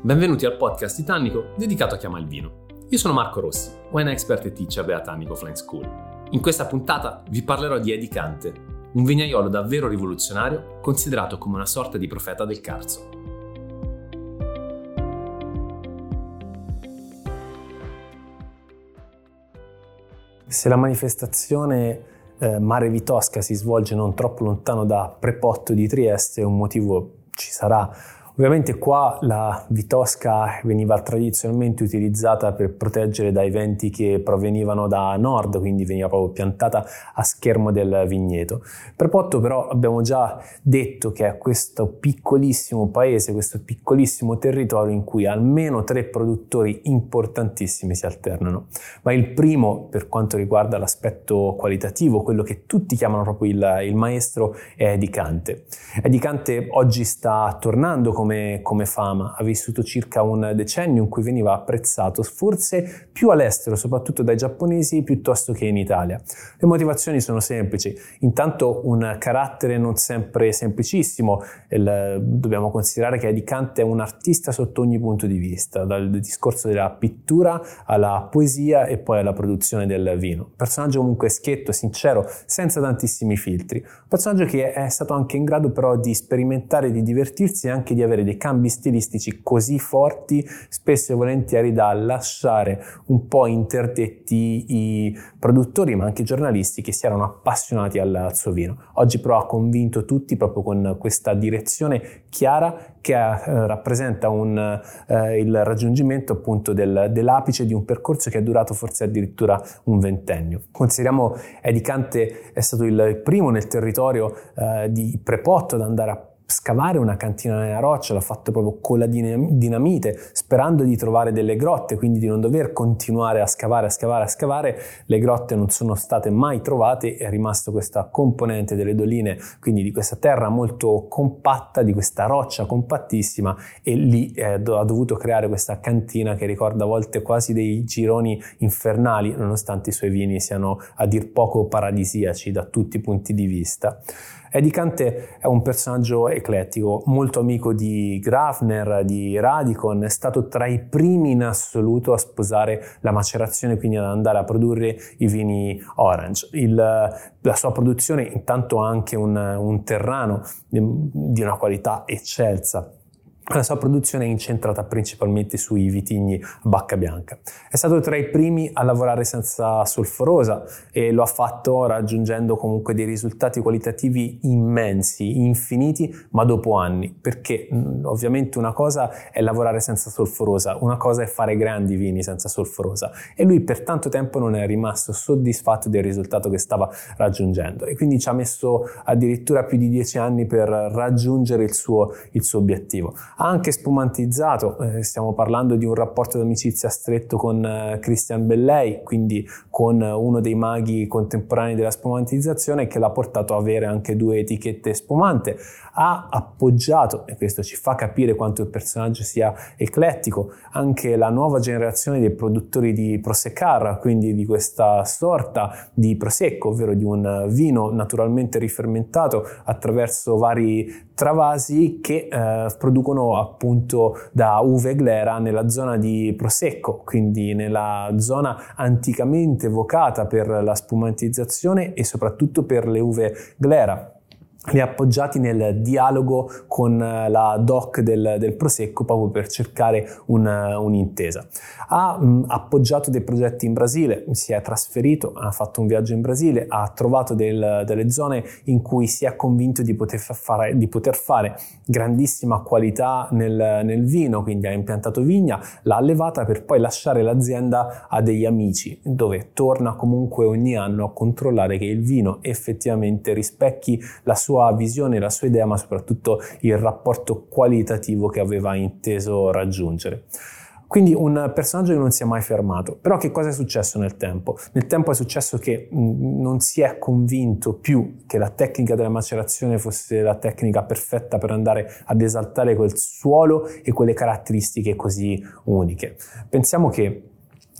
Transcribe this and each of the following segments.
Benvenuti al podcast Titanico dedicato a chi ama il vino. Io sono Marco Rossi, wine expert e teacher della Tannico Flying School. In questa puntata vi parlerò di Edicante, un vignaiolo davvero rivoluzionario considerato come una sorta di profeta del Carso. Se la manifestazione Mare Vitosca si svolge non troppo lontano da Prepotto di Trieste, un motivo ci sarà. Ovviamente qua la Vitosca veniva tradizionalmente utilizzata per proteggere dai venti che provenivano da nord, quindi veniva proprio piantata a schermo del vigneto. Prepotto però abbiamo già detto che è questo piccolissimo paese, questo piccolissimo territorio in cui almeno 3 produttori importantissimi si alternano. Ma il primo, per quanto riguarda l'aspetto qualitativo, quello che tutti chiamano proprio il maestro, è Edicante. Edicante oggi sta tornando come fama, ha vissuto circa un decennio in cui veniva apprezzato forse più all'estero, soprattutto dai giapponesi, piuttosto che in Italia. Le motivazioni sono semplici: intanto un carattere non sempre semplicissimo, dobbiamo considerare che Edicante è un artista sotto ogni punto di vista, dal discorso della pittura alla poesia e poi alla produzione del vino. Un personaggio comunque schietto, sincero, senza tantissimi filtri, un personaggio che è stato anche in grado però di sperimentare, di divertirsi e anche di avere dei cambi stilistici così forti, spesso e volentieri da lasciare un po' interdetti i produttori ma anche i giornalisti che si erano appassionati al suo vino. Oggi però ha convinto tutti proprio con questa direzione chiara che rappresenta il raggiungimento appunto dell'apice di un percorso che è durato forse addirittura un ventennio. Consideriamo Edicante è stato il primo nel territorio di Prepotto ad andare a scavare una cantina nella roccia, l'ha fatto proprio con la dinamite, sperando di trovare delle grotte, quindi di non dover continuare a scavare. Le grotte non sono state mai trovate, è rimasto questa componente delle doline, quindi di questa terra molto compatta, di questa roccia compattissima, e lì ha dovuto creare questa cantina che ricorda a volte quasi dei gironi infernali, nonostante i suoi vini siano a dir poco paradisiaci da tutti i punti di vista. Edicante è un personaggio eclettico, molto amico di Grafner, di Radikon, è stato tra i primi in assoluto a sposare la macerazione, quindi ad andare a produrre i vini Orange. La sua produzione intanto ha anche un terrano di una qualità eccelsa. La sua produzione è incentrata principalmente sui vitigni a bacca bianca. È stato tra i primi a lavorare senza solforosa e lo ha fatto raggiungendo comunque dei risultati qualitativi immensi, infiniti, ma dopo anni, perché ovviamente una cosa è lavorare senza solforosa, una cosa è fare grandi vini senza solforosa, e lui per tanto tempo non è rimasto soddisfatto del risultato che stava raggiungendo e quindi ci ha messo addirittura più di 10 anni per raggiungere il suo obiettivo. Ha anche spumantizzato, stiamo parlando di un rapporto d'amicizia stretto con Christian Bellei, quindi con uno dei maghi contemporanei della spumantizzazione, che l'ha portato a avere anche 2 etichette spumante. Ha appoggiato, e questo ci fa capire quanto il personaggio sia eclettico, anche la nuova generazione dei produttori di Prosecar, quindi di questa sorta di prosecco, ovvero di un vino naturalmente rifermentato attraverso vari travasi che producono appunto da uve glera nella zona di Prosecco, quindi nella zona anticamente evocata per la spumantizzazione e soprattutto per le uve glera. Li ha appoggiati nel dialogo con la DOC del Prosecco proprio per cercare un'intesa. Ha appoggiato dei progetti in Brasile, si è trasferito, ha fatto un viaggio in Brasile, ha trovato delle zone in cui si è convinto di poter fare grandissima qualità nel vino, quindi ha impiantato vigna, l'ha allevata per poi lasciare l'azienda a degli amici, dove torna comunque ogni anno a controllare che il vino effettivamente rispecchi la sua visione, la sua idea, ma soprattutto il rapporto qualitativo che aveva inteso raggiungere. Quindi un personaggio che non si è mai fermato. Però che cosa è successo nel tempo? Nel tempo è successo che non si è convinto più che la tecnica della macerazione fosse la tecnica perfetta per andare ad esaltare quel suolo e quelle caratteristiche così uniche. Pensiamo che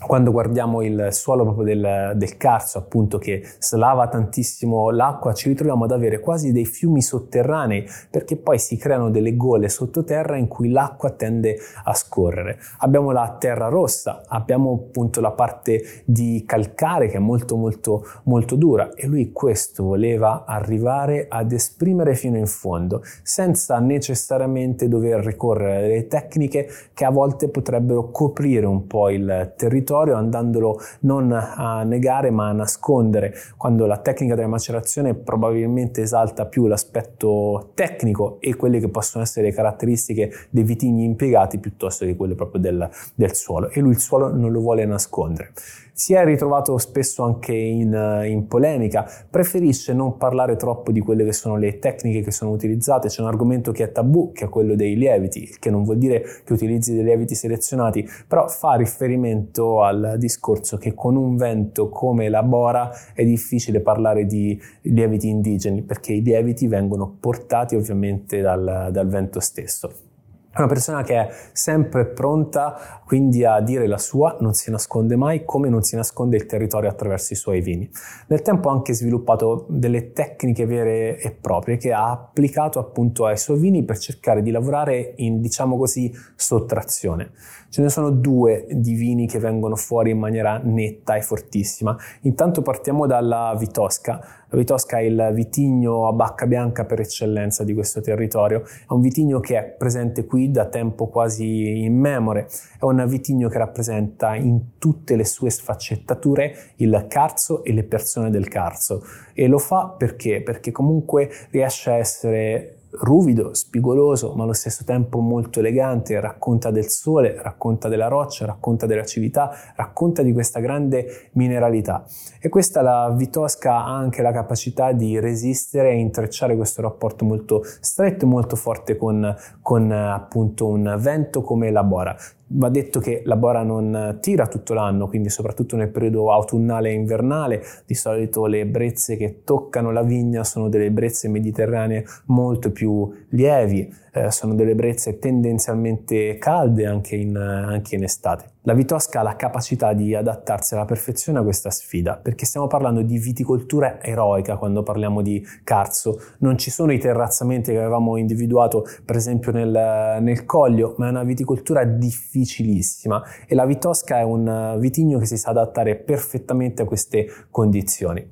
quando guardiamo il suolo proprio del Carso, appunto, che slava tantissimo l'acqua, ci ritroviamo ad avere quasi dei fiumi sotterranei, perché poi si creano delle gole sottoterra in cui l'acqua tende a scorrere. Abbiamo la terra rossa, abbiamo appunto la parte di calcare che è molto molto molto dura, e lui questo voleva arrivare ad esprimere fino in fondo, senza necessariamente dover ricorrere a delle tecniche che a volte potrebbero coprire un po' il territorio, andandolo non a negare ma a nascondere, quando la tecnica della macerazione probabilmente esalta più l'aspetto tecnico e quelle che possono essere le caratteristiche dei vitigni impiegati piuttosto che quelle proprio del suolo, e lui il suolo non lo vuole nascondere. Si è ritrovato spesso anche in polemica, preferisce non parlare troppo di quelle che sono le tecniche che sono utilizzate. C'è un argomento che è tabù, che è quello dei lieviti, che non vuol dire che utilizzi dei lieviti selezionati, però fa riferimento al discorso che con un vento come la Bora è difficile parlare di lieviti indigeni, perché i lieviti vengono portati ovviamente dal vento stesso. È una persona che è sempre pronta quindi a dire la sua, non si nasconde mai, come non si nasconde il territorio attraverso i suoi vini. Nel tempo ha anche sviluppato delle tecniche vere e proprie che ha applicato appunto ai suoi vini per cercare di lavorare in, diciamo così, sottrazione. Ce ne sono due di vini che vengono fuori in maniera netta e fortissima. Intanto partiamo dalla Vitosca. La Vitosca è il vitigno a bacca bianca per eccellenza di questo territorio. È un vitigno che è presente qui da tempo quasi immemore. È un vitigno che rappresenta in tutte le sue sfaccettature il Carso e le persone del Carso. E lo fa perché? Perché comunque riesce a essere ruvido, spigoloso, ma allo stesso tempo molto elegante, racconta del sole, racconta della roccia, racconta della civiltà, racconta di questa grande mineralità. E questa, la Vitosca, ha anche la capacità di resistere e intrecciare questo rapporto molto stretto e molto forte con appunto un vento come la Bora. Va detto che la Bora non tira tutto l'anno, quindi soprattutto nel periodo autunnale e invernale. Di solito le brezze che toccano la vigna sono delle brezze mediterranee molto più lievi, sono delle brezze tendenzialmente calde anche in estate. La Vitosca ha la capacità di adattarsi alla perfezione a questa sfida, perché stiamo parlando di viticoltura eroica quando parliamo di Carso. Non ci sono i terrazzamenti che avevamo individuato per esempio nel Coglio, ma è una viticoltura difficilissima, e la Vitosca è un vitigno che si sa adattare perfettamente a queste condizioni.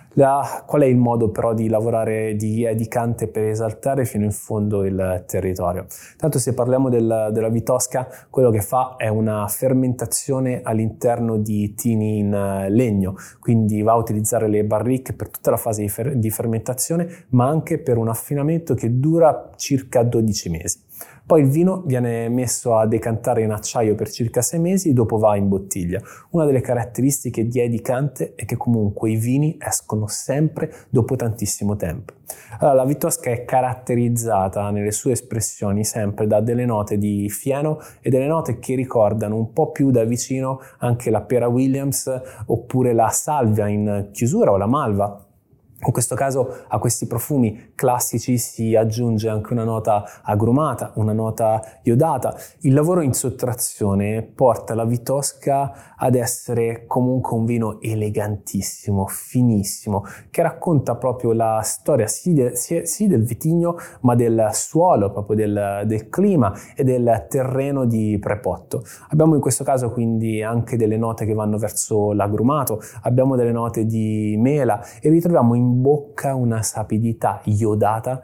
Qual è il modo però di lavorare di edicante per esaltare fino in fondo il territorio? Tanto se parliamo della Vitosca, quello che fa è una fermentazione all'interno di tini in legno, quindi va a utilizzare le barrique per tutta la fase di fermentazione, ma anche per un affinamento che dura circa 12 mesi. Poi il vino viene messo a decantare in acciaio per circa 6 mesi e dopo va in bottiglia. Una delle caratteristiche di Edicante è che comunque i vini escono sempre dopo tantissimo tempo. Allora, la Vitosca è caratterizzata nelle sue espressioni sempre da delle note di fieno e delle note che ricordano un po' più da vicino anche la Pera Williams oppure la Salvia in chiusura o la Malva. In questo caso a questi profumi classici si aggiunge anche una nota agrumata, una nota iodata. Il lavoro in sottrazione porta la Vitosca ad essere comunque un vino elegantissimo, finissimo, che racconta proprio la storia sì del vitigno, ma del suolo, proprio del clima e del terreno di Prepotto. Abbiamo in questo caso quindi anche delle note che vanno verso l'agrumato, abbiamo delle note di mela e ritroviamo in bocca una sapidità iodata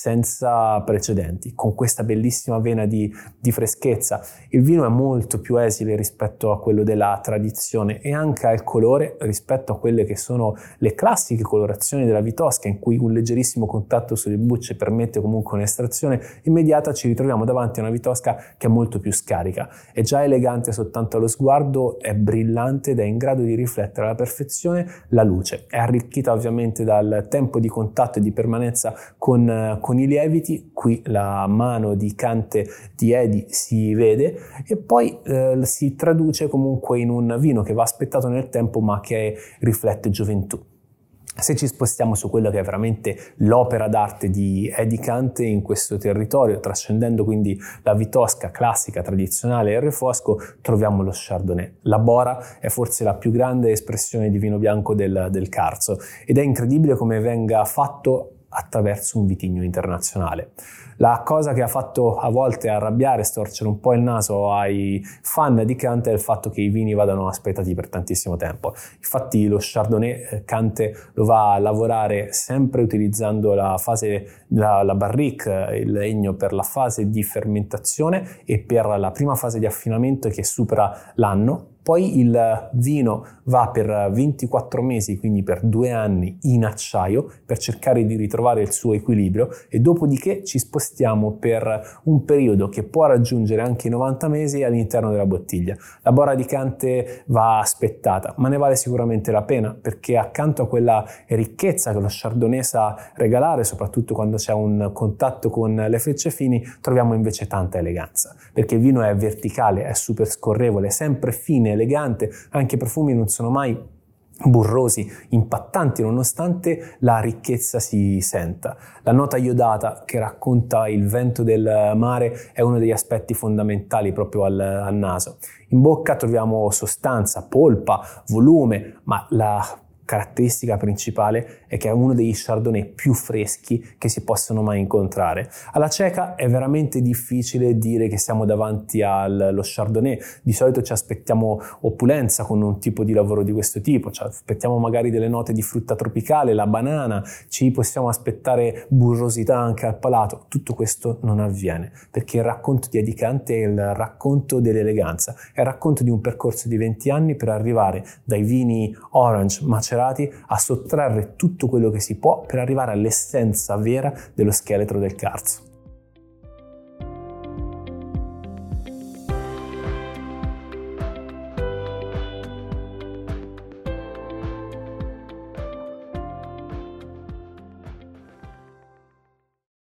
senza precedenti, con questa bellissima vena di freschezza. Il vino è molto più esile rispetto a quello della tradizione e anche al colore rispetto a quelle che sono le classiche colorazioni della Vitosca, in cui un leggerissimo contatto sulle bucce permette comunque un'estrazione immediata. Ci ritroviamo davanti a una Vitosca che è molto più scarica, è già elegante soltanto allo sguardo, è brillante ed è in grado di riflettere alla perfezione la luce. È arricchita ovviamente dal tempo di contatto e di permanenza con i lieviti. Qui la mano di Cante di Edi si vede e poi si traduce comunque in un vino che va aspettato nel tempo ma che riflette gioventù. Se ci spostiamo su quello che è veramente l'opera d'arte di Edicante in questo territorio, trascendendo quindi la vitosca classica, tradizionale e il refosco, troviamo lo Chardonnay. La Bora è forse la più grande espressione di vino bianco del Carso ed è incredibile come venga fatto attraverso un vitigno internazionale. La cosa che ha fatto a volte arrabbiare, storcere un po' il naso ai fan di Cante è il fatto che i vini vadano aspettati per tantissimo tempo. Infatti lo Chardonnay Cante lo va a lavorare sempre utilizzando la barrique, il legno, per la fase di fermentazione e per la prima fase di affinamento che supera l'anno. Poi il vino va per 24 mesi, quindi per 2 anni, in acciaio per cercare di ritrovare il suo equilibrio e dopodiché ci spostiamo per un periodo che può raggiungere anche i 90 mesi all'interno della bottiglia. La Bora di Cante va aspettata, ma ne vale sicuramente la pena perché accanto a quella ricchezza che lo Chardonnay sa regalare, soprattutto quando c'è un contatto con le frecce fini, troviamo invece tanta eleganza, perché il vino è verticale, è super scorrevole, sempre fine, elegante, anche i profumi non sono mai burrosi, impattanti, nonostante la ricchezza si senta. La nota iodata che racconta il vento del mare è uno degli aspetti fondamentali proprio al naso. In bocca troviamo sostanza, polpa, volume, ma la caratteristica principale è che è uno degli Chardonnay più freschi che si possono mai incontrare. Alla cieca è veramente difficile dire che siamo davanti allo Chardonnay. Di solito ci aspettiamo opulenza con un tipo di lavoro di questo tipo, ci aspettiamo magari delle note di frutta tropicale, la banana, ci possiamo aspettare burrosità anche al palato. Tutto questo non avviene perché il racconto di Edicante è il racconto dell'eleganza, è il racconto di un percorso di 20 anni per arrivare dai vini orange macerati a sottrarre tutto quello che si può per arrivare all'essenza vera dello scheletro del Carso.